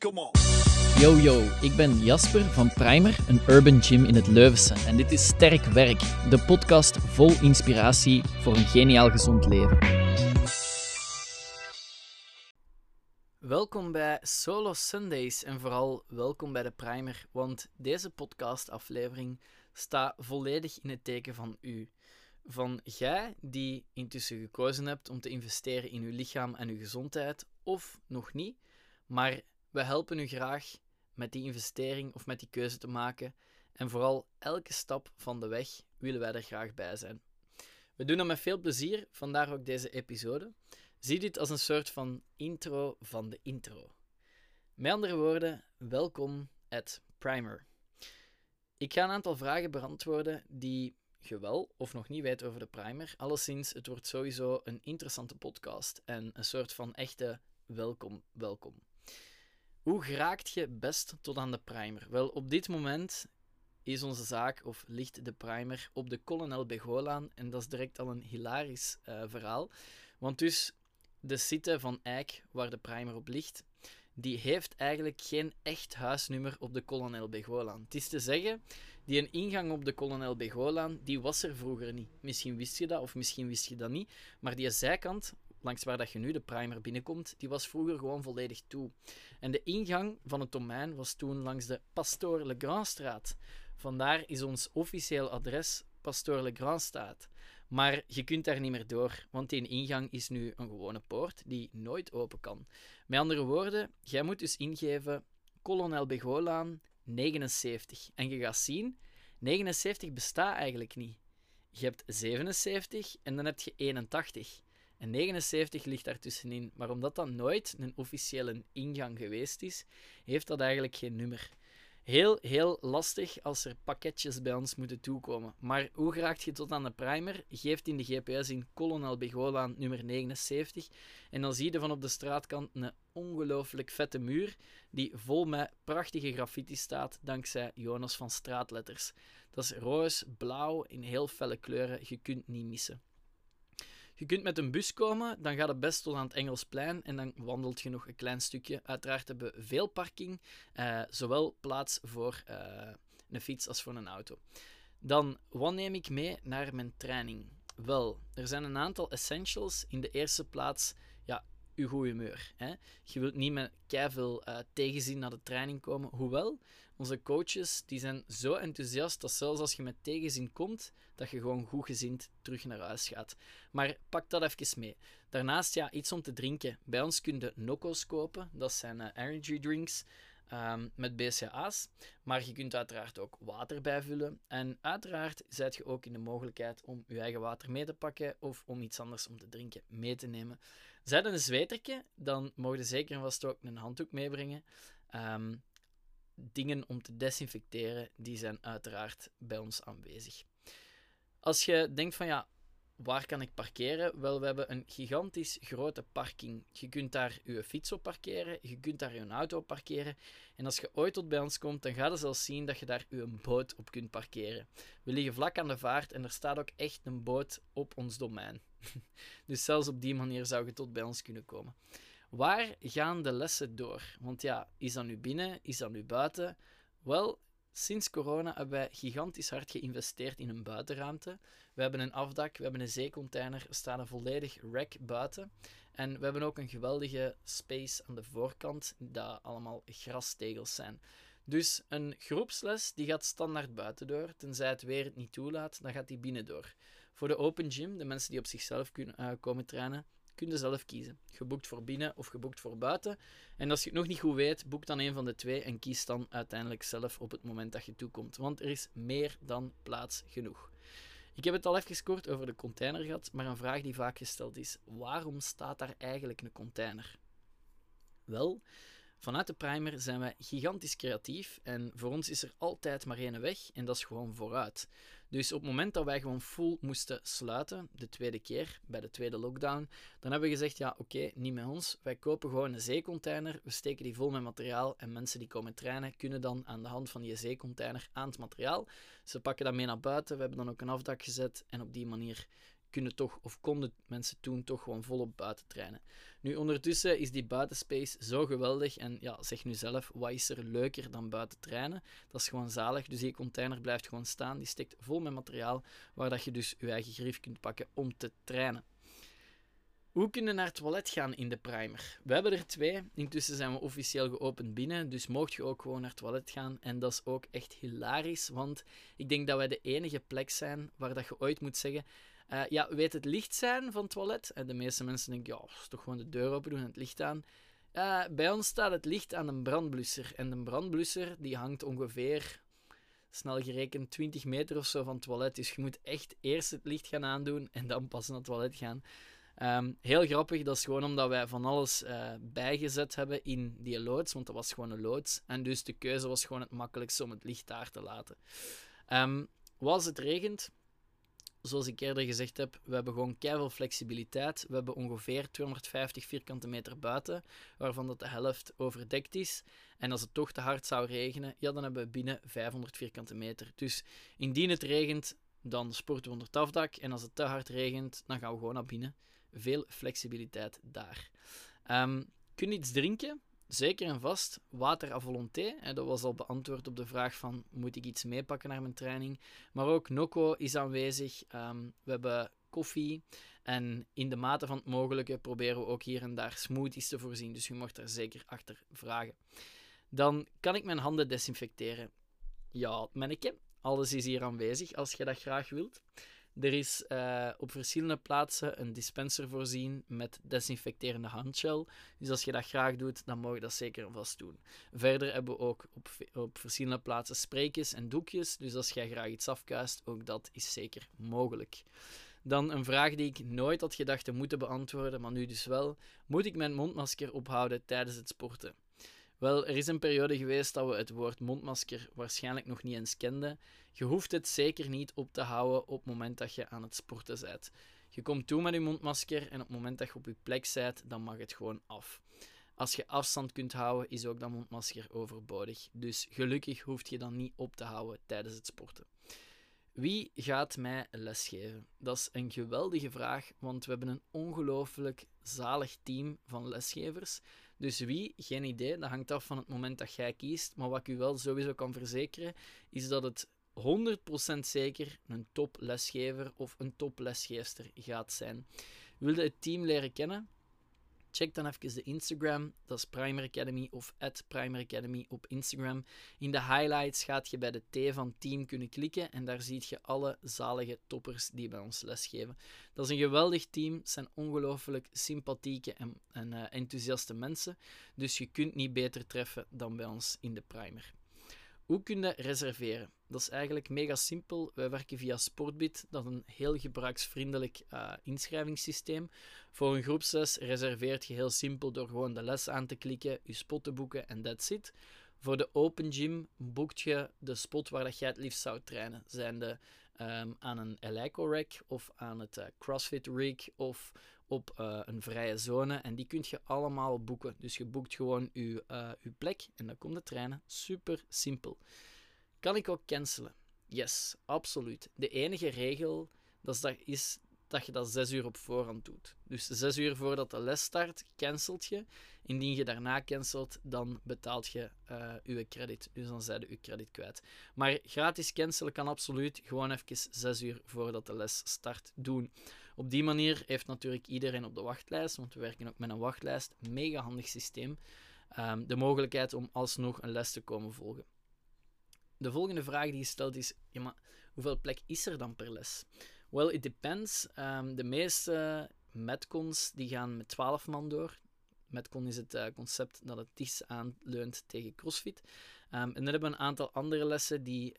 come on. Yo, ik ben Jasper van Primer, een urban gym in het Leuvense. En dit is Sterk Werk, de podcast vol inspiratie voor een geniaal gezond leven. Welkom bij Solo Sundays en vooral welkom bij de Primer, want deze podcastaflevering staat volledig in het teken van u. Van jij die intussen gekozen hebt om te investeren in uw lichaam en uw gezondheid, of nog niet, maar we helpen u graag met die investering of met die keuze te maken. En vooral elke stap van de weg willen wij er graag bij zijn. We doen dat met veel plezier, vandaar ook deze episode. Zie dit als een soort van intro van de intro. Met andere woorden, welkom at Primer. Ik ga een aantal vragen beantwoorden die je wel of nog niet weet over de Primer. Alleszins, het wordt sowieso een interessante podcast en een soort van echte welkom. Hoe geraakt je best tot aan de Primer? Wel, op dit moment is onze zaak, of ligt de Primer, op de Kolonel Begolaan. En dat is direct al een hilarisch verhaal. Want dus, de site van Eijk, waar de Primer op ligt, die heeft eigenlijk geen echt huisnummer op de Kolonel Begolaan. Het is te zeggen, die een ingang op de Kolonel Begolaan, die was er vroeger niet. Misschien wist je dat, of misschien wist je dat niet. Maar die zijkant, langs waar dat je nu de Primer binnenkomt, die was vroeger gewoon volledig toe. En de ingang van het domein was toen langs de Pastoor Le Grandstraat. Vandaar is ons officieel adres Pastoor Le Grandstraat. Maar je kunt daar niet meer door, want die ingang is nu een gewone poort die nooit open kan. Met andere woorden, jij moet dus ingeven Kolonel Begolaan 79. En je gaat zien, 79 bestaat eigenlijk niet. Je hebt 77 en dan heb je 81. En 79 ligt daartussenin. Maar omdat dat nooit een officiële ingang geweest is, heeft dat eigenlijk geen nummer. Heel lastig als er pakketjes bij ons moeten toekomen. Maar hoe raakt je tot aan de Primer? Geeft in de GPS in Kolonel Begolaan nummer 79. En dan zie je van op de straatkant een ongelooflijk vette muur die vol met prachtige graffiti staat dankzij Jonas van Straatletters. Dat is roos, blauw in heel felle kleuren. Je kunt niet missen. Je kunt met een bus komen, dan gaat het best tot aan het Engelsplein en dan wandelt je nog een klein stukje. Uiteraard hebben we veel parking, zowel plaats voor een fiets als voor een auto. Dan, wat neem ik mee naar mijn training? Wel, er zijn een aantal essentials. In de eerste plaats, je goede humeur. Hè? Je wilt niet met keiveel tegenzin naar de training komen. Hoewel, onze coaches die zijn zo enthousiast dat zelfs als je met tegenzin komt, dat je gewoon goed gezind terug naar huis gaat. Maar pak dat even mee. Daarnaast, iets om te drinken. Bij ons kun je Nocco's kopen. Dat zijn energy drinks met BCA's. Maar je kunt uiteraard ook water bijvullen. En uiteraard zijt je ook in de mogelijkheid om je eigen water mee te pakken of om iets anders om te drinken mee te nemen. Zijt een zweterke, dan mogen je zeker en vast ook een handdoek meebrengen. Dingen om te desinfecteren, die zijn uiteraard bij ons aanwezig. Als je denkt van waar kan ik parkeren? Wel, we hebben een gigantisch grote parking. Je kunt daar je fiets op parkeren, je kunt daar je auto op parkeren. En als je ooit tot bij ons komt, dan ga je zelfs zien dat je daar je boot op kunt parkeren. We liggen vlak aan de vaart en er staat ook echt een boot op ons domein. Dus zelfs op die manier zou je tot bij ons kunnen komen. Waar gaan de lessen door? Want is dat nu binnen? Is dat nu buiten? Wel, sinds corona hebben wij gigantisch hard geïnvesteerd in een buitenruimte. We hebben een afdak, we hebben een zeecontainer, er staat een volledig rack buiten. En we hebben ook een geweldige space aan de voorkant, dat allemaal grastegels zijn. Dus een groepsles die gaat standaard buiten door, tenzij het weer het niet toelaat, dan gaat die binnen door. Voor de open gym, de mensen die op zichzelf kunnen komen trainen, kun je zelf kiezen. Geboekt voor binnen of geboekt voor buiten. En als je het nog niet goed weet, boek dan een van de twee en kies dan uiteindelijk zelf op het moment dat je toekomt. Want er is meer dan plaats genoeg. Ik heb het al even kort over de container gehad, maar een vraag die vaak gesteld is: waarom staat daar eigenlijk een container? Wel, vanuit de Primer zijn wij gigantisch creatief en voor ons is er altijd maar één weg en dat is gewoon vooruit. Dus op het moment dat wij gewoon full moesten sluiten, de tweede keer, bij de tweede lockdown, dan hebben we gezegd, oké, niet met ons. Wij kopen gewoon een zeecontainer, we steken die vol met materiaal en mensen die komen trainen kunnen dan aan de hand van die zeecontainer aan het materiaal. Ze pakken dat mee naar buiten, we hebben dan ook een afdak gezet en op die manier konden mensen toen toch gewoon volop buiten trainen. Nu, ondertussen is die buitenspace zo geweldig. En ja, zeg nu zelf, wat is er leuker dan buiten trainen? Dat is gewoon zalig. Dus die container blijft gewoon staan. Die steekt vol met materiaal, waar dat je dus je eigen grief kunt pakken om te trainen. Hoe kun je naar het toilet gaan in de primer? We hebben er 2. Intussen zijn we officieel geopend binnen. Dus mocht je ook gewoon naar het toilet gaan. En dat is ook echt hilarisch. Want ik denk dat wij de enige plek zijn waar dat je ooit moet zeggen... weet het licht zijn van het toilet? En de meeste mensen denken, ja, is toch gewoon de deur open doen en het licht aan. Bij ons staat het licht aan een brandblusser. En de brandblusser die hangt ongeveer, snel gerekend, 20 meter of zo van het toilet. Dus je moet echt eerst het licht gaan aandoen en dan pas naar het toilet gaan. Heel grappig, dat is gewoon omdat wij van alles bijgezet hebben in die loods, want dat was gewoon een loods. En dus de keuze was gewoon het makkelijkste om het licht daar te laten. Als het regent, zoals ik eerder gezegd heb, we hebben gewoon keiveel flexibiliteit. We hebben ongeveer 250 vierkante meter buiten, waarvan dat de helft overdekt is. En als het toch te hard zou regenen, ja, dan hebben we binnen 500 vierkante meter. Dus indien het regent, dan sporten we onder het afdak. En als het te hard regent, dan gaan we gewoon naar binnen. Veel flexibiliteit daar. Kun je iets drinken? Zeker en vast. Water à volonté. Dat was al beantwoord op de vraag van, moet ik iets meepakken naar mijn training? Maar ook Nocco is aanwezig. We hebben koffie. En in de mate van het mogelijke proberen we ook hier en daar smoothies te voorzien. Dus je mocht daar zeker achter vragen. Dan kan ik mijn handen desinfecteren. Ja, manneke. Alles is hier aanwezig als je dat graag wilt. Er is op verschillende plaatsen een dispenser voorzien met desinfecterende handgel. Dus als je dat graag doet, dan mag je dat zeker en vast doen. Verder hebben we ook op verschillende plaatsen spreekjes en doekjes. Dus als jij graag iets afkuist, ook dat is zeker mogelijk. Dan een vraag die ik nooit had gedacht te moeten beantwoorden, maar nu dus wel. Moet ik mijn mondmasker ophouden tijdens het sporten? Wel, er is een periode geweest dat we het woord mondmasker waarschijnlijk nog niet eens kenden. Je hoeft het zeker niet op te houden op het moment dat je aan het sporten bent. Je komt toe met je mondmasker en op het moment dat je op je plek bent, dan mag het gewoon af. Als je afstand kunt houden, is ook dat mondmasker overbodig. Dus gelukkig hoef je dan niet op te houden tijdens het sporten. Wie gaat mij lesgeven? Dat is een geweldige vraag, want we hebben een ongelooflijk zalig team van lesgevers. Dus wie? Geen idee. Dat hangt af van het moment dat jij kiest. Maar wat ik u wel sowieso kan verzekeren, is dat het 100% zeker een toplesgever of een toplesgeefster gaat zijn. Wil je het team leren kennen? Check dan even de Instagram, dat is Primer Academy of @Primer Academy op Instagram. In de highlights gaat je bij de T van team kunnen klikken en daar zie je alle zalige toppers die bij ons lesgeven. Dat is een geweldig team, het zijn ongelooflijk sympathieke en enthousiaste mensen, dus je kunt niet beter treffen dan bij ons in de Primer. Hoe kun je reserveren? Dat is eigenlijk mega simpel. Wij werken via Sportbit, dat is een heel gebruiksvriendelijk inschrijvingssysteem. Voor een groepsles reserveert je heel simpel door gewoon de les aan te klikken, je spot te boeken en that's it. Voor de Open Gym boekt je de spot waar dat jij het liefst zou trainen. Zijnde aan een Eleiko rack of aan het CrossFit rig of op een vrije zone. En die kun je allemaal boeken. Dus je boekt gewoon je plek en dan komt het trainen. Super simpel. Kan ik ook cancelen? Yes, absoluut. De enige regel is dat je dat 6 uur op voorhand doet. Dus 6 uur voordat de les start, cancelt je. Indien je daarna cancelt, dan betaalt je je credit. Dus dan zijn je credit kwijt. Maar gratis cancelen kan absoluut. Gewoon even 6 uur voordat de les start doen. Op die manier heeft natuurlijk iedereen op de wachtlijst, want we werken ook met een wachtlijst, mega handig systeem, de mogelijkheid om alsnog een les te komen volgen. De volgende vraag die je stelt is, ja, maar hoeveel plek is er dan per les? Well, it depends. De meeste Metcons die gaan met 12 man door. Metcon is het concept dat het dichtst aanleunt tegen CrossFit. En dan hebben we een aantal andere lessen die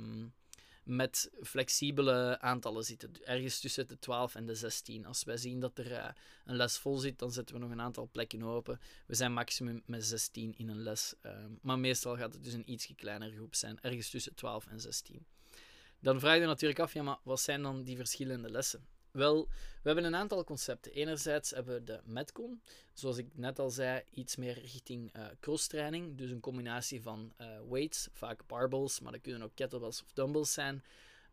met flexibele aantallen zitten. Ergens tussen de 12 en de 16. Als wij zien dat er een les vol zit, dan zetten we nog een aantal plekken open. We zijn maximum met 16 in een les. Maar meestal gaat het dus een ietsje kleinere groep zijn. Ergens tussen 12 en 16. Dan vraag je natuurlijk af, ja, maar wat zijn dan die verschillende lessen? Wel, we hebben een aantal concepten. Enerzijds hebben we de Metcon, zoals ik net al zei, iets meer richting crosstraining. Dus een combinatie van weights, vaak barbells, maar dat kunnen ook kettlebells of dumbbells zijn.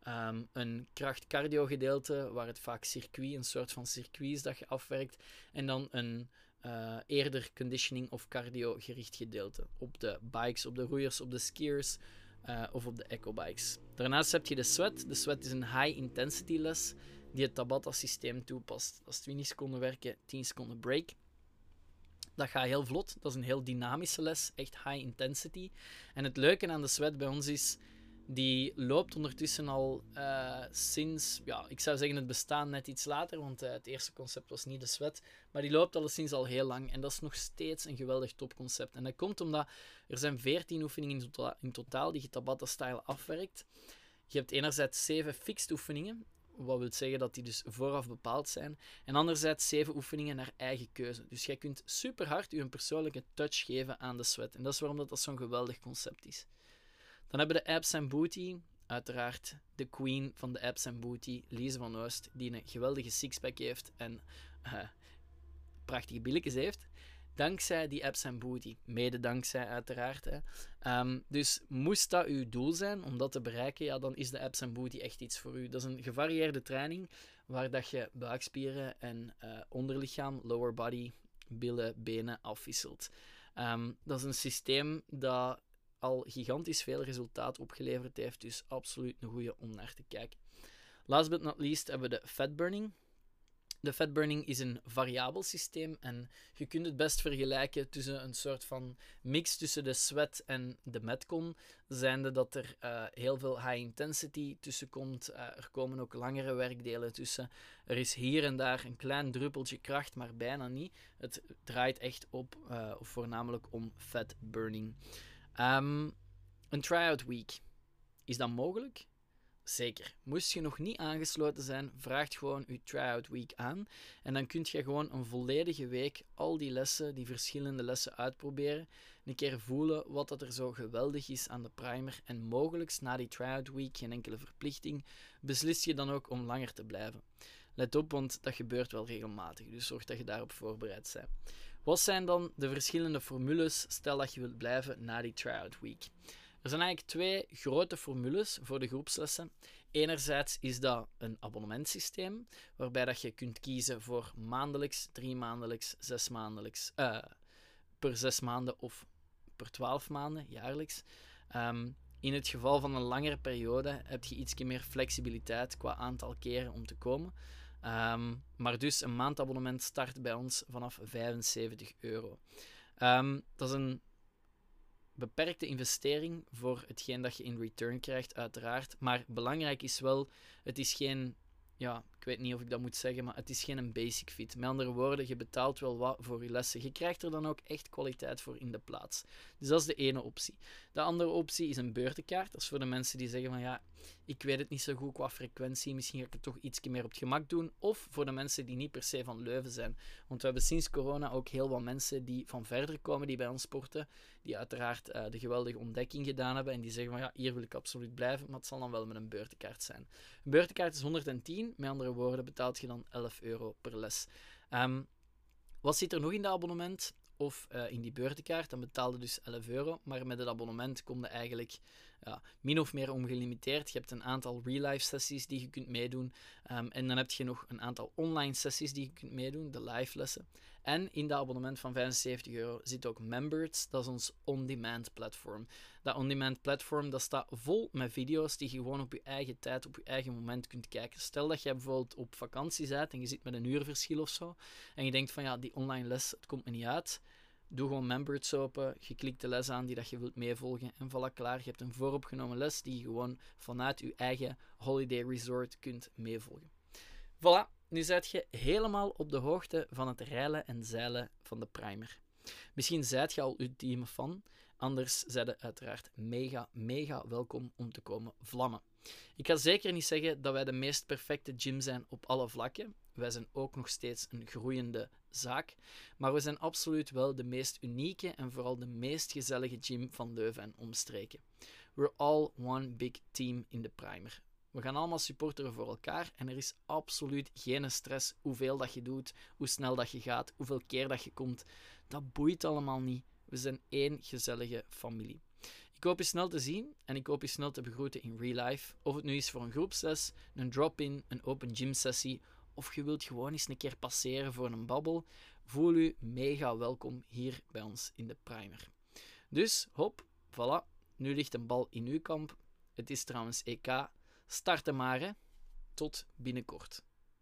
een kracht-cardio gedeelte, waar het vaak een soort van circuit is dat je afwerkt. En dan een eerder conditioning of cardio gericht gedeelte. Op de bikes, op de roeiers, op de skiers of op de ecobikes. Daarnaast heb je de sweat. De sweat is een high-intensity les die het Tabata-systeem toepast. Dat is 20 seconden werken, 10 seconden break. Dat gaat heel vlot. Dat is een heel dynamische les. Echt high intensity. En het leuke aan de sweat bij ons is, die loopt ondertussen al sinds, ik zou zeggen het bestaan net iets later, want het eerste concept was niet de sweat, maar die loopt alleszins al heel lang en dat is nog steeds een geweldig topconcept. En dat komt omdat er zijn 14 oefeningen in totaal die je Tabata-style afwerkt. Je hebt enerzijds 7 fixed oefeningen, wat wil zeggen dat die dus vooraf bepaald zijn, en anderzijds 7 oefeningen naar eigen keuze. Dus jij kunt super hard je een persoonlijke touch geven aan de sweat. En dat is waarom dat zo'n geweldig concept is. Dan hebben we de Abs and Booty. Uiteraard de queen van de Abs and Booty, Lise van Oost, die een geweldige sixpack heeft en prachtige billetjes heeft. Dankzij die Abs and Booty. Mede dankzij, uiteraard. Dus moest dat uw doel zijn om dat te bereiken, ja, dan is de Abs and Booty echt iets voor u. Dat is een gevarieerde training waar dat je buikspieren en onderlichaam, lower body, billen, benen afwisselt. Dat is een systeem dat al gigantisch veel resultaat opgeleverd heeft, dus absoluut een goede om naar te kijken. Last but not least hebben we de fat burning. De fat burning is een variabel systeem en je kunt het best vergelijken tussen een soort van mix tussen de sweat en de metcon, zijnde dat er heel veel high intensity tussen komt. Er komen ook langere werkdelen tussen. Er is hier en daar een klein druppeltje kracht, maar bijna niet. Het draait echt op, voornamelijk om fat burning. Een try-out week. Is dat mogelijk? Zeker. Moest je nog niet aangesloten zijn, vraag gewoon je try-out week aan. En dan kun je gewoon een volledige week al die lessen, die verschillende lessen uitproberen. Een keer voelen wat dat er zo geweldig is aan de primer. En mogelijk na die try-out week, geen enkele verplichting, beslis je dan ook om langer te blijven. Let op, want dat gebeurt wel regelmatig. Dus zorg dat je daarop voorbereid bent. Wat zijn dan de verschillende formules, stel dat je wilt blijven na die try-out week? Er zijn eigenlijk 2 grote formules voor de groepslessen. Enerzijds is dat een abonnementsysteem, waarbij dat je kunt kiezen voor maandelijks, 3 maandelijks, 6 maandelijks, per 6 maanden of per 12 maanden, jaarlijks. In het geval van een langere periode heb je iets meer flexibiliteit qua aantal keren om te komen. Maar dus een maandabonnement start bij ons vanaf €75. Dat is een beperkte investering voor hetgeen dat je in return krijgt, uiteraard. Maar belangrijk is wel, het is geen, ik weet niet of ik dat moet zeggen, maar het is geen een basic fit. Met andere woorden, je betaalt wel wat voor je lessen. Je krijgt er dan ook echt kwaliteit voor in de plaats. Dus dat is de ene optie. De andere optie is een beurtenkaart. Dat is voor de mensen die zeggen van ik weet het niet zo goed qua frequentie, misschien ga ik het toch iets meer op het gemak doen. Of voor de mensen die niet per se van Leuven zijn. Want we hebben sinds corona ook heel wat mensen die van verder komen, die bij ons sporten, die uiteraard de geweldige ontdekking gedaan hebben en die zeggen van hier wil ik absoluut blijven, maar het zal dan wel met een beurtenkaart zijn. Een beurtenkaart is 110, met andere woorden betaalt je dan €11 per les. Wat zit er nog in dat abonnement? Of in die beurtenkaart, dan betaalde dus €11, maar met het abonnement kom je eigenlijk min of meer ongelimiteerd. Je hebt een aantal real-life sessies die je kunt meedoen. En dan heb je nog een aantal online sessies die je kunt meedoen, de live lessen. En in dat abonnement van €75 zit ook Members, dat is ons on-demand platform. Dat on-demand platform dat staat vol met video's die je gewoon op je eigen tijd, op je eigen moment kunt kijken. Stel dat jij bijvoorbeeld op vakantie bent en je zit met een uurverschil of zo, en je denkt van die online les, het komt me niet uit. Doe gewoon Members open, je klikt de les aan die dat je wilt meevolgen en voilà, klaar. Je hebt een vooropgenomen les die je gewoon vanuit je eigen holiday resort kunt meevolgen. Voilà, nu zijt je helemaal op de hoogte van het reilen en zeilen van de primer. Misschien zijt je al ultieme fan, anders zijt je uiteraard mega welkom om te komen vlammen. Ik ga zeker niet zeggen dat wij de meest perfecte gym zijn op alle vlakken. Wij zijn ook nog steeds een groeiende zaak, maar we zijn absoluut wel de meest unieke en vooral de meest gezellige gym van Leuven en omstreken. We're all one big team in de primer. We gaan allemaal supporteren voor elkaar en er is absoluut geen stress hoeveel dat je doet, hoe snel dat je gaat, hoeveel keer dat je komt. Dat boeit allemaal niet. We zijn één gezellige familie. Ik hoop je snel te zien en ik hoop je snel te begroeten in real life. Of het nu is voor een groepsles, een drop-in, een open gym sessie, of je wilt gewoon eens een keer passeren voor een babbel. Voel u mega welkom hier bij ons in de Primer. Dus, hop, voilà. Nu ligt een bal in uw kamp. Het is trouwens EK. Starten maar, hè. Tot binnenkort.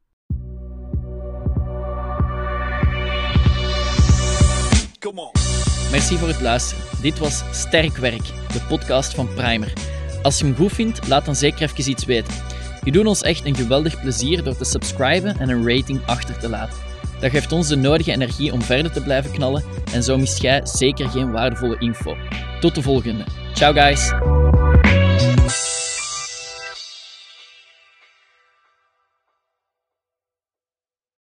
Come on. Merci voor het luisteren. Dit was Sterk Werk, de podcast van Primer. Als je hem goed vindt, laat dan zeker even iets weten. Je doet ons echt een geweldig plezier door te subscriben en een rating achter te laten. Dat geeft ons de nodige energie om verder te blijven knallen en zo mist jij zeker geen waardevolle info. Tot de volgende. Ciao guys!